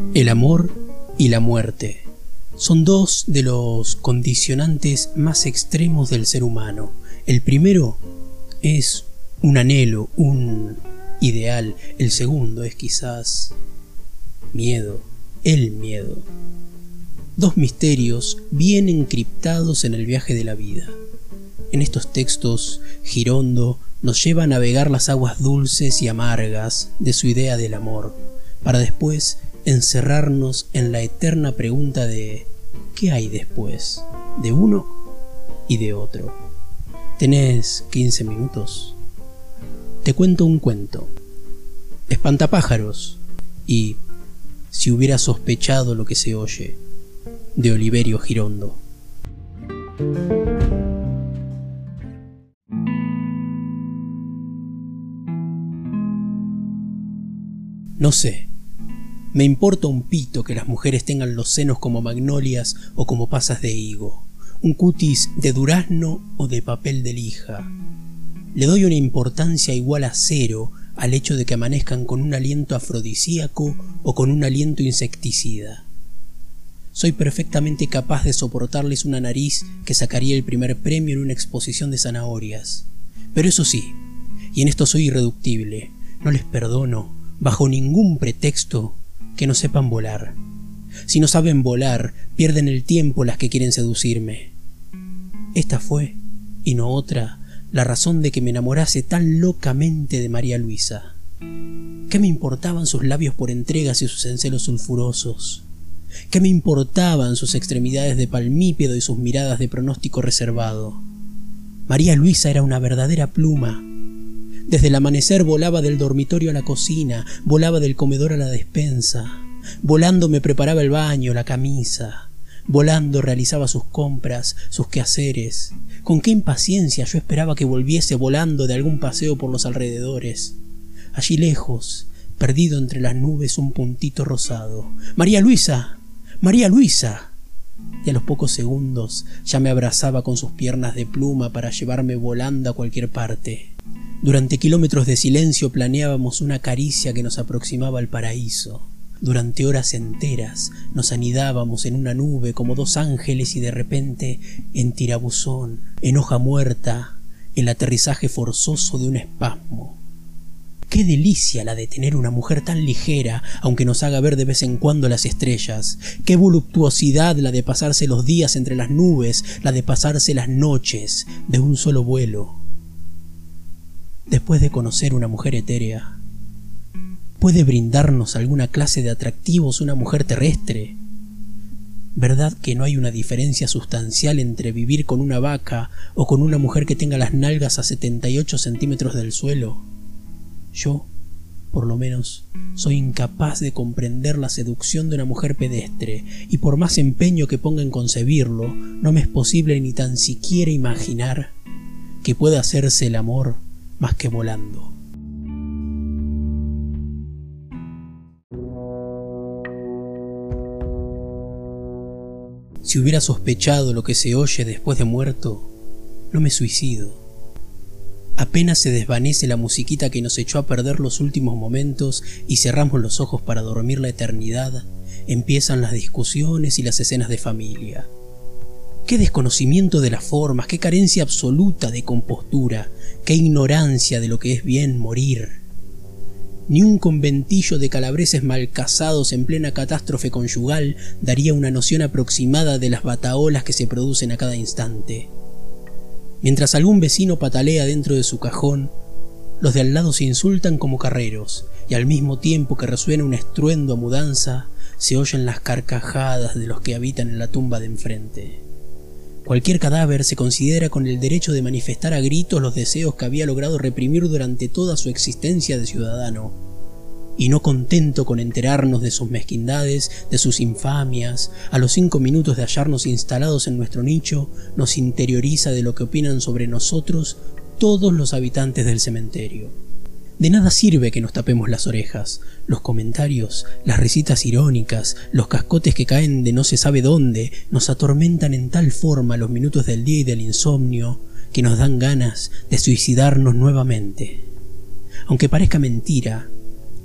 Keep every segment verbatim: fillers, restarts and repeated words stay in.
El amor y la muerte son dos de los condicionantes más extremos del ser humano. El primero es un anhelo, un ideal. El segundo es quizás miedo, el miedo. Dos misterios bien encriptados en el viaje de la vida. En estos textos, Girondo nos lleva a navegar las aguas dulces y amargas de su idea del amor, para después encerrarnos en la eterna pregunta de ¿qué hay después de uno y de otro? ¿Tenés quince minutos? Te cuento un cuento. Espantapájaros y Si hubiera sospechado lo que se oye, de Oliverio Girondo. No sé, me importa un pito que las mujeres tengan los senos como magnolias o como pasas de higo, un cutis de durazno o de papel de lija. Le doy una importancia igual a cero al hecho de que amanezcan con un aliento afrodisíaco o con un aliento insecticida. Soy perfectamente capaz de soportarles una nariz que sacaría el primer premio en una exposición de zanahorias. Pero eso sí, y en esto soy irreductible, no les perdono, bajo ningún pretexto, que no sepan volar. Si no saben volar, pierden el tiempo las que quieren seducirme. Esta fue, y no otra, la razón de que me enamorase tan locamente de María Luisa. ¿Qué me importaban sus labios por entregas y sus encelos sulfurosos? ¿Qué me importaban sus extremidades de palmípedo y sus miradas de pronóstico reservado? María Luisa era una verdadera pluma. Desde el amanecer volaba del dormitorio a la cocina, volaba del comedor a la despensa. Volando me preparaba el baño, la camisa. Volando realizaba sus compras, sus quehaceres. Con qué impaciencia yo esperaba que volviese volando de algún paseo por los alrededores. Allí lejos, perdido entre las nubes, un puntito rosado. ¡María Luisa! ¡María Luisa! Y a los pocos segundos ya me abrazaba con sus piernas de pluma para llevarme volando a cualquier parte. Durante kilómetros de silencio planeábamos una caricia que nos aproximaba al paraíso. Durante horas enteras nos anidábamos en una nube como dos ángeles y de repente, en tirabuzón, en hoja muerta, el aterrizaje forzoso de un espasmo. Qué delicia la de tener una mujer tan ligera, aunque nos haga ver de vez en cuando las estrellas. Qué voluptuosidad la de pasarse los días entre las nubes, la de pasarse las noches de un solo vuelo. Después de conocer una mujer etérea, ¿puede brindarnos alguna clase de atractivos una mujer terrestre? ¿Verdad que no hay una diferencia sustancial entre vivir con una vaca o con una mujer que tenga las nalgas a setenta y ocho centímetros del suelo? Yo, por lo menos, soy incapaz de comprender la seducción de una mujer pedestre, y por más empeño que ponga en concebirlo, no me es posible ni tan siquiera imaginar que pueda hacerse el amor más que volando. Si hubiera sospechado lo que se oye después de muerto, no me suicido. Apenas se desvanece la musiquita que nos echó a perder los últimos momentos y cerramos los ojos para dormir la eternidad, empiezan las discusiones y las escenas de familia. Qué desconocimiento de las formas, qué carencia absoluta de compostura, qué ignorancia de lo que es bien morir. Ni un conventillo de calabreses mal casados en plena catástrofe conyugal daría una noción aproximada de las bataholas que se producen a cada instante. Mientras algún vecino patalea dentro de su cajón, los de al lado se insultan como carreros, y al mismo tiempo que resuena un estruendo a mudanza, se oyen las carcajadas de los que habitan en la tumba de enfrente. Cualquier cadáver se considera con el derecho de manifestar a gritos los deseos que había logrado reprimir durante toda su existencia de ciudadano. Y no contento con enterarnos de sus mezquindades, de sus infamias, a los cinco minutos de hallarnos instalados en nuestro nicho, nos interioriza de lo que opinan sobre nosotros todos los habitantes del cementerio. De nada sirve que nos tapemos las orejas. Los comentarios, las risitas irónicas, los cascotes que caen de no se sabe dónde, nos atormentan en tal forma los minutos del día y del insomnio, que nos dan ganas de suicidarnos nuevamente. Aunque parezca mentira,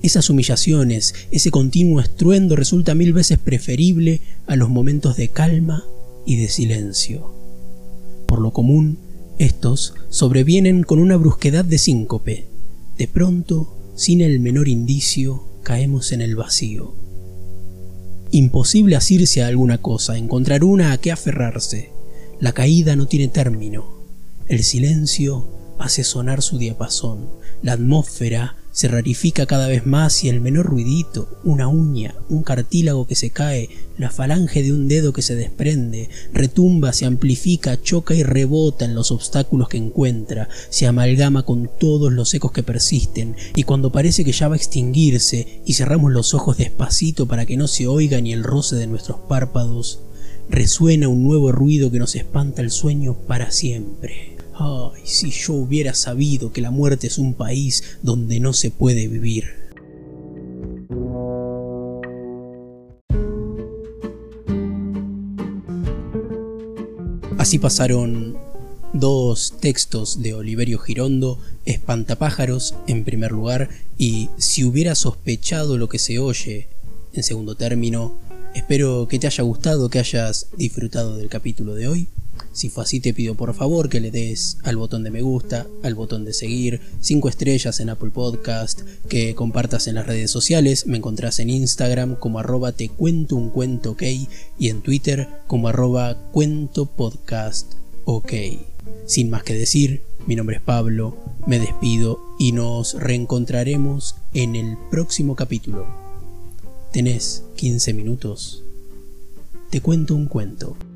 Esas humillaciones, ese continuo estruendo resulta mil veces preferible a los momentos de calma y de silencio. Por lo común, estos sobrevienen con una brusquedad de síncope. De pronto, sin el menor indicio, caemos en el vacío. Imposible asirse a alguna cosa, encontrar una a qué aferrarse. La caída no tiene término. El silencio hace sonar su diapasón. La atmósfera se rarifica cada vez más y el menor ruidito, una uña, un cartílago que se cae, la falange de un dedo que se desprende, retumba, se amplifica, choca y rebota en los obstáculos que encuentra, se amalgama con todos los ecos que persisten, y cuando parece que ya va a extinguirse y cerramos los ojos despacito para que no se oiga ni el roce de nuestros párpados, resuena un nuevo ruido que nos espanta el sueño para siempre. Ay, si yo hubiera sabido que la muerte es un país donde no se puede vivir. Así pasaron dos textos de Oliverio Girondo, Espantapájaros en primer lugar y Si hubiera sospechado lo que se oye en segundo término. Espero que te haya gustado, que hayas disfrutado del capítulo de hoy. Si fue así, te pido por favor que le des al botón de me gusta, al botón de seguir, cinco estrellas en Apple Podcast, que compartas en las redes sociales. Me encontrás en Instagram como arroba te cuento un cuento ok y en Twitter como arroba cuento podcast ok. Sin más que decir, mi nombre es Pablo, me despido y nos reencontraremos en el próximo capítulo. ¿Tenés quince minutos? Te cuento un cuento.